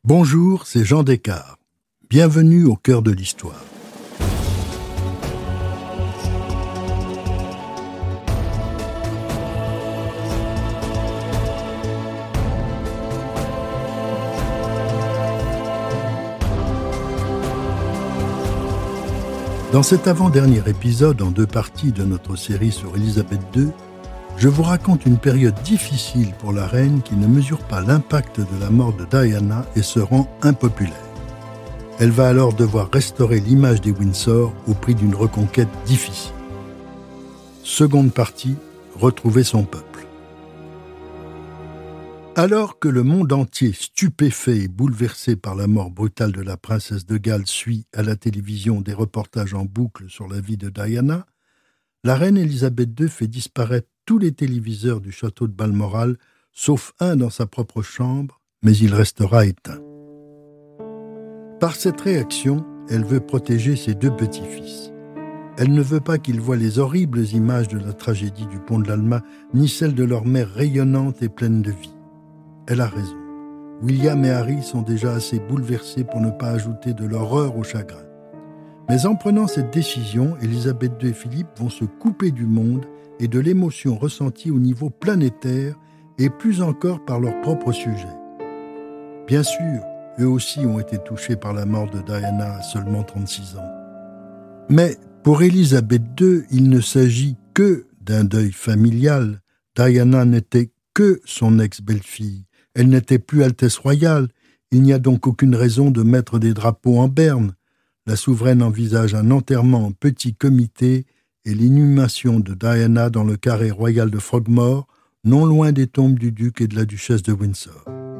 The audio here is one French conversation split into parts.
Bonjour, c'est Jean Descartes. Bienvenue au cœur de l'histoire. Dans cet avant-dernier épisode en 2 parties de notre série sur Élisabeth II, je vous raconte une période difficile pour la reine qui ne mesure pas l'impact de la mort de Diana et se rend impopulaire. Elle va alors devoir restaurer l'image des Windsor au prix d'une reconquête difficile. Seconde partie, retrouver son peuple. Alors que le monde entier, stupéfait et bouleversé par la mort brutale de la princesse de Galles, suit à la télévision des reportages en boucle sur la vie de Diana, la reine Élisabeth II fait disparaître tous les téléviseurs du château de Balmoral, sauf un dans sa propre chambre, mais il restera éteint. Par cette réaction, elle veut protéger ses 2 petits-fils. Elle ne veut pas qu'ils voient les horribles images de la tragédie du pont de l'Alma, ni celles de leur mère rayonnante et pleine de vie. Elle a raison. William et Harry sont déjà assez bouleversés pour ne pas ajouter de l'horreur au chagrin. Mais en prenant cette décision, Élisabeth II et Philippe vont se couper du monde et de l'émotion ressentie au niveau planétaire et plus encore par leur propre sujet. Bien sûr, eux aussi ont été touchés par la mort de Diana à seulement 36 ans. Mais pour Élisabeth II, il ne s'agit que d'un deuil familial. Diana n'était que son ex-belle-fille. Elle n'était plus Altesse royale. Il n'y a donc aucune raison de mettre des drapeaux en berne. La souveraine envisage un enterrement en petit comité et l'inhumation de Diana dans le carré royal de Frogmore, non loin des tombes du duc et de la duchesse de Windsor.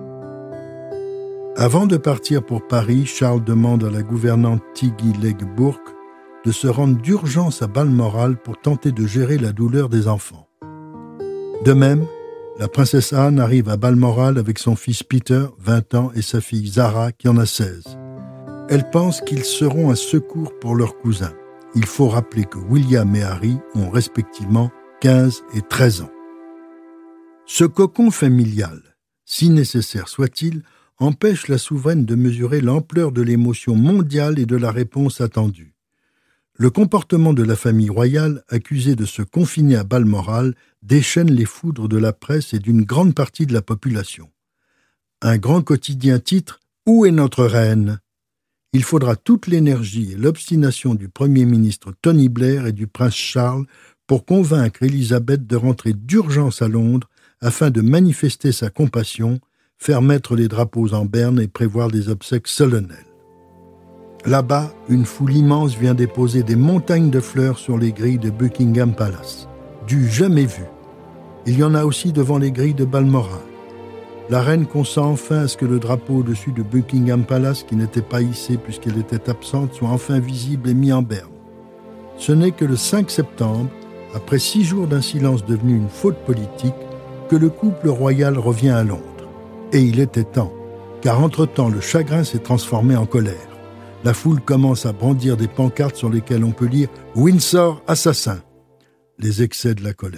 Avant de partir pour Paris, Charles demande à la gouvernante Tiggy Legge-Bourke de se rendre d'urgence à Balmoral pour tenter de gérer la douleur des enfants. De même, la princesse Anne arrive à Balmoral avec son fils Peter, 20 ans, et sa fille Zara, qui en a 16. Elle pense qu'ils seront un secours pour leurs cousins. Il faut rappeler que William et Harry ont respectivement 15 et 13 ans. Ce cocon familial, si nécessaire soit-il, empêche la souveraine de mesurer l'ampleur de l'émotion mondiale et de la réponse attendue. Le comportement de la famille royale, accusée de se confiner à Balmoral, déchaîne les foudres de la presse et d'une grande partie de la population. Un grand quotidien titre « Où est notre reine ?» Il faudra toute l'énergie et l'obstination du Premier ministre Tony Blair et du prince Charles pour convaincre Élisabeth de rentrer d'urgence à Londres afin de manifester sa compassion, faire mettre les drapeaux en berne et prévoir des obsèques solennelles. Là-bas, une foule immense vient déposer des montagnes de fleurs sur les grilles de Buckingham Palace. Du jamais vu. Il y en a aussi devant les grilles de Balmoral. La reine consent enfin à ce que le drapeau au-dessus de Buckingham Palace, qui n'était pas hissé puisqu'elle était absente, soit enfin visible et mis en berne. Ce n'est que le 5 septembre, après 6 jours d'un silence devenu une faute politique, que le couple royal revient à Londres. Et il était temps, car entre-temps le chagrin s'est transformé en colère. La foule commence à brandir des pancartes sur lesquelles on peut lire « Windsor assassin ». Les excès de la colère.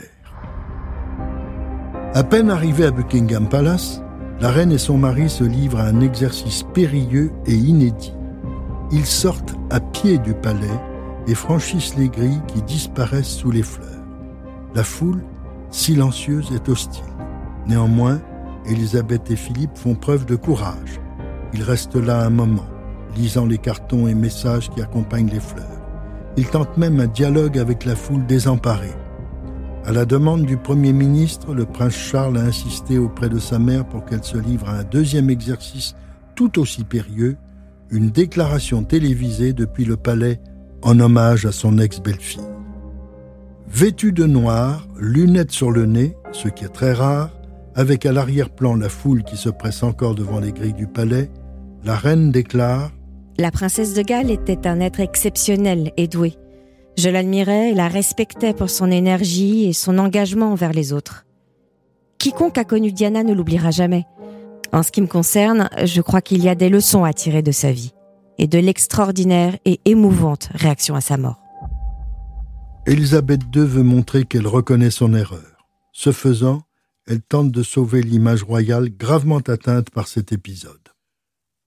À peine arrivée à Buckingham Palace, la reine et son mari se livrent à un exercice périlleux et inédit. Ils sortent à pied du palais et franchissent les grilles qui disparaissent sous les fleurs. La foule, silencieuse, est hostile. Néanmoins, Élisabeth et Philippe font preuve de courage. Ils restent là un moment, lisant les cartons et messages qui accompagnent les fleurs. Ils tentent même un dialogue avec la foule désemparée. À la demande du Premier ministre, le prince Charles a insisté auprès de sa mère pour qu'elle se livre à un 2e exercice tout aussi périlleux, une déclaration télévisée depuis le palais en hommage à son ex-belle-fille. Vêtue de noir, lunettes sur le nez, ce qui est très rare, avec à l'arrière-plan la foule qui se presse encore devant les grilles du palais, la reine déclare « La princesse de Galles était un être exceptionnel et doué. Je l'admirais et la respectais pour son énergie et son engagement envers les autres. Quiconque a connu Diana ne l'oubliera jamais. En ce qui me concerne, je crois qu'il y a des leçons à tirer de sa vie et de l'extraordinaire et émouvante réaction à sa mort. » Élisabeth II veut montrer qu'elle reconnaît son erreur. Ce faisant, elle tente de sauver l'image royale gravement atteinte par cet épisode.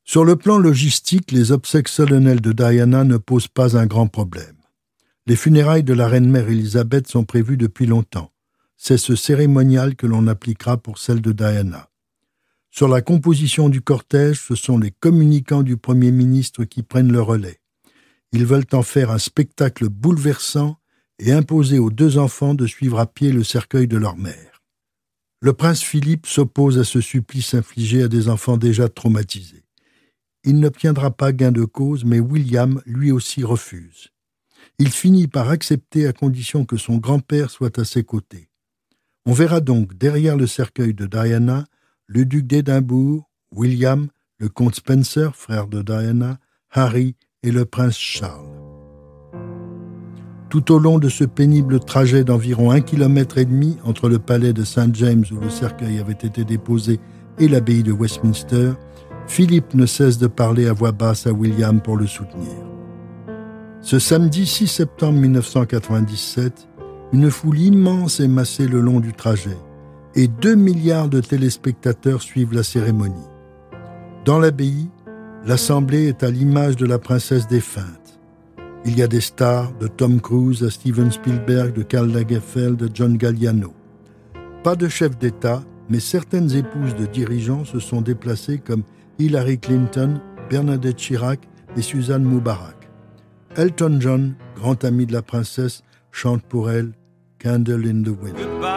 Sur le plan logistique, les obsèques solennelles de Diana ne posent pas un grand problème. Les funérailles de la reine-mère Élisabeth sont prévues depuis longtemps. C'est ce cérémonial que l'on appliquera pour celle de Diana. Sur la composition du cortège, ce sont les communicants du Premier ministre qui prennent le relais. Ils veulent en faire un spectacle bouleversant et imposer aux deux enfants de suivre à pied le cercueil de leur mère. Le prince Philippe s'oppose à ce supplice infligé à des enfants déjà traumatisés. Il n'obtiendra pas gain de cause, mais William, lui aussi, refuse. Il finit par accepter à condition que son grand-père soit à ses côtés. On verra donc derrière le cercueil de Diana le duc d'Édimbourg, William, le comte Spencer, frère de Diana, Harry et le prince Charles. Tout au long de ce pénible trajet d'environ 1,5 km entre le palais de St. James où le cercueil avait été déposé et l'abbaye de Westminster, Philippe ne cesse de parler à voix basse à William pour le soutenir. Ce samedi 6 septembre 1997, une foule immense est massée le long du trajet et 2 milliards de téléspectateurs suivent la cérémonie. Dans l'abbaye, l'assemblée est à l'image de la princesse défunte. Il y a des stars, de Tom Cruise à Steven Spielberg, de Karl Lagerfeld, de John Galliano. Pas de chef d'État, mais certaines épouses de dirigeants se sont déplacées comme Hillary Clinton, Bernadette Chirac et Suzanne Moubarak. Elton John, grand ami de la princesse, chante pour elle « Candle in the Wind ».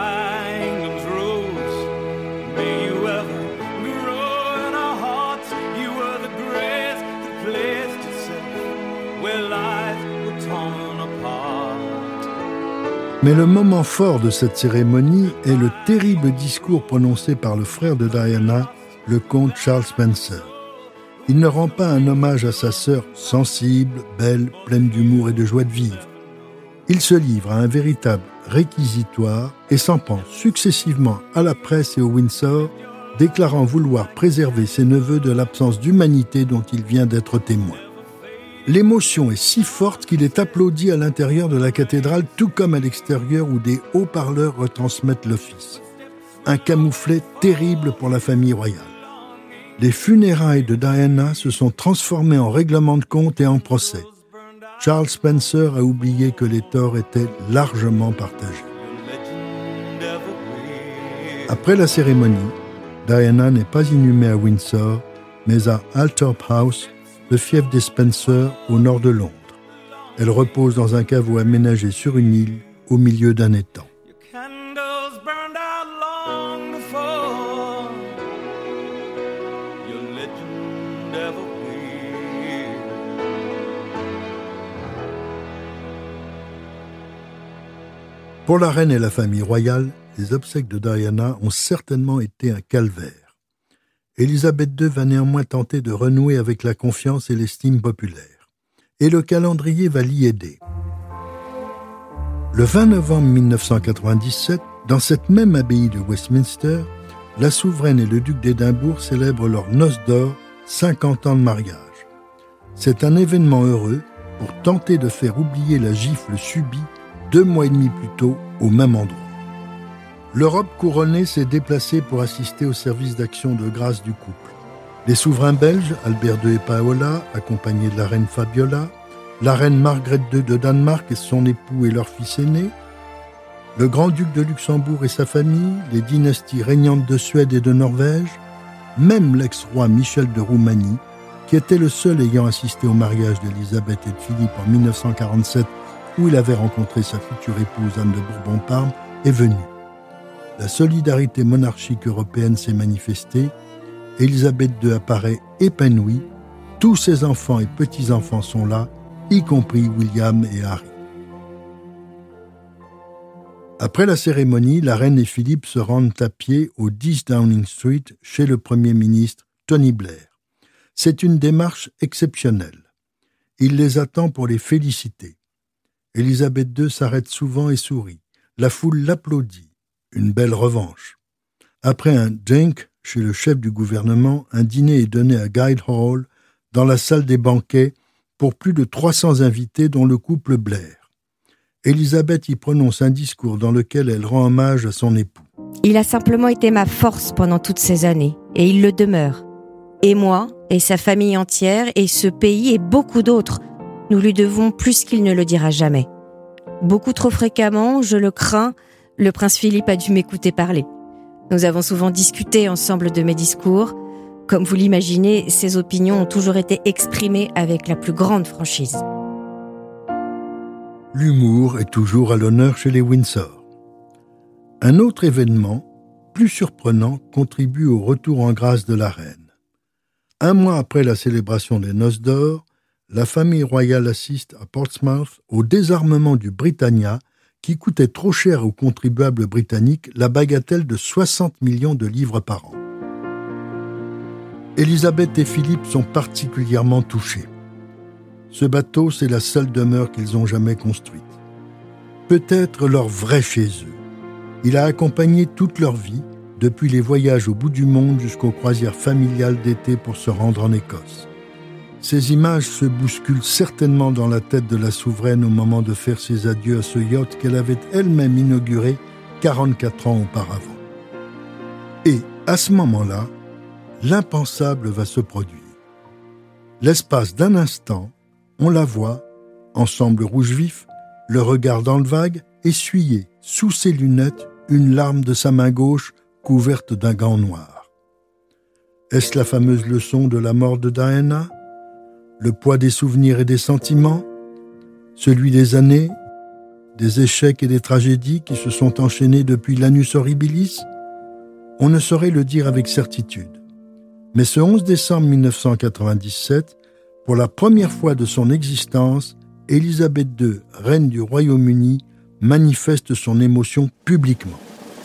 Mais le moment fort de cette cérémonie est le terrible discours prononcé par le frère de Diana, le comte Charles Spencer. Il ne rend pas un hommage à sa sœur sensible, belle, pleine d'humour et de joie de vivre. Il se livre à un véritable réquisitoire et s'en prend successivement à la presse et au Windsor, déclarant vouloir préserver ses neveux de l'absence d'humanité dont il vient d'être témoin. L'émotion est si forte qu'il est applaudi à l'intérieur de la cathédrale, tout comme à l'extérieur où des haut-parleurs retransmettent l'office. Un camouflet terrible pour la famille royale. Les funérailles de Diana se sont transformées en règlement de compte et en procès. Charles Spencer a oublié que les torts étaient largement partagés. Après la cérémonie, Diana n'est pas inhumée à Windsor, mais à Althorp House, le fief des Spencer au nord de Londres. Elle repose dans un caveau aménagé sur une île au milieu d'un étang. Pour la reine et la famille royale, les obsèques de Diana ont certainement été un calvaire. Élisabeth II va néanmoins tenter de renouer avec la confiance et l'estime populaire. Et le calendrier va l'y aider. Le 20 novembre 1997, dans cette même abbaye de Westminster, la souveraine et le duc d'Édimbourg célèbrent leurs noces d'or, 50 ans de mariage. C'est un événement heureux pour tenter de faire oublier la gifle subie 2 mois et demi plus tôt au même endroit. L'Europe couronnée s'est déplacée pour assister au service d'action de grâce du couple. Les souverains belges, Albert II et Paola, accompagnés de la reine Fabiola, la reine Margrethe II de Danemark et son époux et leur fils aîné, le grand-duc de Luxembourg et sa famille, les dynasties régnantes de Suède et de Norvège, même l'ex-roi Michel de Roumanie, qui était le seul ayant assisté au mariage d'Élisabeth et de Philippe en 1947, où il avait rencontré sa future épouse Anne de Bourbon-Parme, est venu. La solidarité monarchique européenne s'est manifestée. Élisabeth II apparaît épanouie. Tous ses enfants et petits-enfants sont là, y compris William et Harry. Après la cérémonie, la reine et Philippe se rendent à pied au 10 Downing Street chez le Premier ministre Tony Blair. C'est une démarche exceptionnelle. Il les attend pour les féliciter. Élisabeth II s'arrête souvent et sourit. La foule l'applaudit. Une belle revanche. Après un drink chez le chef du gouvernement, un dîner est donné à Guildhall, dans la salle des banquets, pour plus de 300 invités, dont le couple Blair. Élisabeth y prononce un discours dans lequel elle rend hommage à son époux. Il a simplement été ma force pendant toutes ces années, et il le demeure. Et moi, et sa famille entière, et ce pays et beaucoup d'autres, nous lui devons plus qu'il ne le dira jamais. Beaucoup trop fréquemment, je le crains, le prince Philippe a dû m'écouter parler. Nous avons souvent discuté ensemble de mes discours. Comme vous l'imaginez, ses opinions ont toujours été exprimées avec la plus grande franchise. L'humour est toujours à l'honneur chez les Windsor. Un autre événement, plus surprenant, contribue au retour en grâce de la reine. Un mois après la célébration des Noces d'Or, la famille royale assiste à Portsmouth au désarmement du Britannia qui coûtait trop cher aux contribuables britanniques la bagatelle de 60 millions de livres par an. Élisabeth et Philippe sont particulièrement touchés. Ce bateau, c'est la seule demeure qu'ils ont jamais construite. Peut-être leur vrai chez eux. Il a accompagné toute leur vie, depuis les voyages au bout du monde jusqu'aux croisières familiales d'été pour se rendre en Écosse. Ces images se bousculent certainement dans la tête de la souveraine au moment de faire ses adieux à ce yacht qu'elle avait elle-même inauguré 44 ans auparavant. Et, à ce moment-là, l'impensable va se produire. L'espace d'un instant, on la voit, ensemble rouge vif, le regard dans le vague, essuyer, sous ses lunettes, une larme de sa main gauche couverte d'un gant noir. Est-ce la fameuse leçon de la mort de Diana ? Le poids des souvenirs et des sentiments ? Celui des années, des échecs et des tragédies qui se sont enchaînés depuis l'annus horribilis ? On ne saurait le dire avec certitude. Mais ce 11 décembre 1997, pour la première fois de son existence, Élisabeth II, reine du Royaume-Uni, manifeste son émotion publiquement.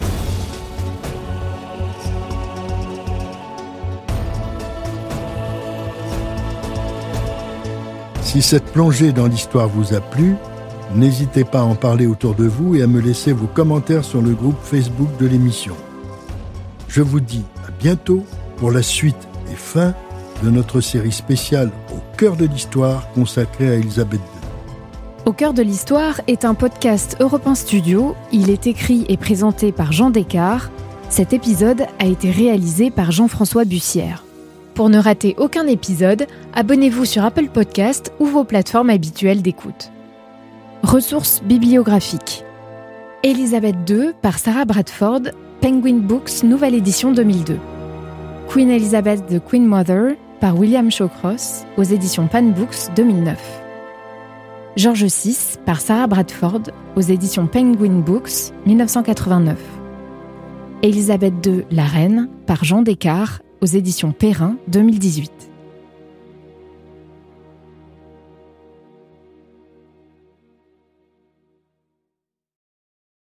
Si cette plongée dans l'histoire vous a plu, n'hésitez pas à en parler autour de vous et à me laisser vos commentaires sur le groupe Facebook de l'émission. Je vous dis à bientôt pour la suite et fin de notre série spéciale Au cœur de l'histoire consacrée à Élisabeth II. Au cœur de l'histoire est un podcast Europe 1 Studio. Il est écrit et présenté par Jean Descartes. Cet épisode a été réalisé par Jean-François Bussière. Pour ne rater aucun épisode, abonnez-vous sur Apple Podcasts ou vos plateformes habituelles d'écoute. Ressources bibliographiques. Élisabeth II par Sarah Bradford, Penguin Books, nouvelle édition 2002. Queen Elizabeth the Queen Mother par William Shawcross, aux éditions Pan Books 2009. George VI par Sarah Bradford, aux éditions Penguin Books 1989. Élisabeth II, la reine par Jean Descartes, aux éditions Perrin 2018.